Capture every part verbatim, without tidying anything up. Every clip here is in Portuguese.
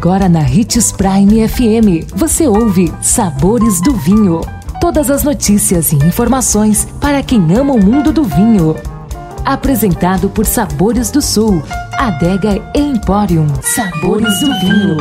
Agora na Hits Prime F M, você ouve Sabores do Vinho. Todas as notícias e informações para quem ama o mundo do vinho. Apresentado por Sabores do Sul, Adega Emporium. Sabores do Vinho.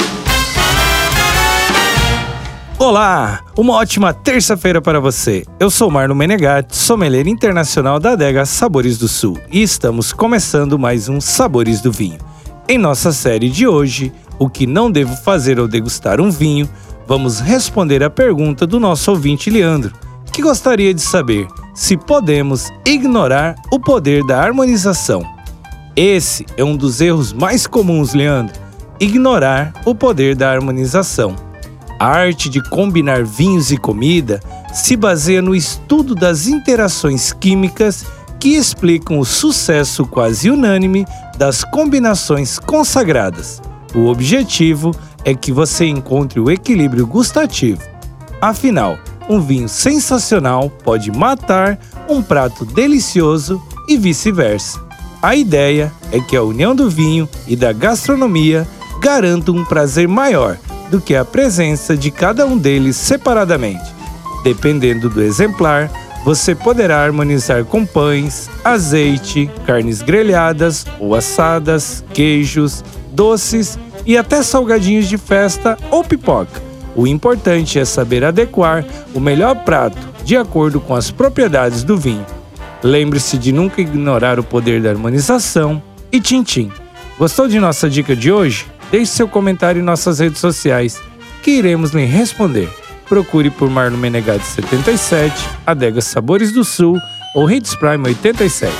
Olá, uma ótima terça-feira para você. Eu sou Marlon Menegatti, sommelier internacional da Adega Sabores do Sul, e estamos começando mais um Sabores do Vinho. Em nossa série de hoje, o que não devo fazer ao degustar um vinho, vamos responder a pergunta do nosso ouvinte Leandro, que gostaria de saber se podemos ignorar o poder da harmonização. Esse é um dos erros mais comuns, Leandro, ignorar o poder da harmonização. A arte de combinar vinhos e comida se baseia no estudo das interações químicas que explicam o sucesso quase unânime das combinações consagradas. O objetivo é que você encontre o equilíbrio gustativo. Afinal, um vinho sensacional pode matar um prato delicioso e vice-versa. A ideia é que a união do vinho e da gastronomia garanta um prazer maior do que a presença de cada um deles separadamente. Dependendo do exemplar, você poderá harmonizar com pães, azeite, carnes grelhadas ou assadas, queijos, doces e até salgadinhos de festa ou pipoca. O importante é saber adequar o melhor prato de acordo com as propriedades do vinho. Lembre-se de nunca ignorar o poder da harmonização e tchim-tchim. Gostou de nossa dica de hoje? Deixe seu comentário em nossas redes sociais, que iremos lhe responder. Procure por Marlon Menegatti setenta e sete, Adega Sabores do Sul ou Hits Prime oitenta e sete.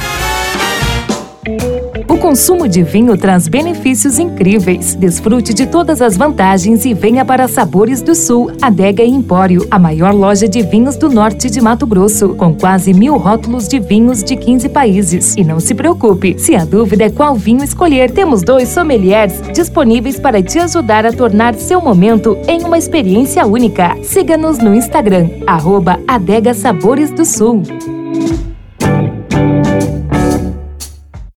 O consumo de vinho traz benefícios incríveis. Desfrute de todas as vantagens e venha para Sabores do Sul, Adega Empório, a maior loja de vinhos do norte de Mato Grosso, com quase mil rótulos de vinhos de quinze países. E não se preocupe, se a dúvida é qual vinho escolher, temos dois sommeliers disponíveis para te ajudar a tornar seu momento em uma experiência única. Siga-nos no Instagram, arroba Adega Sabores do Sul.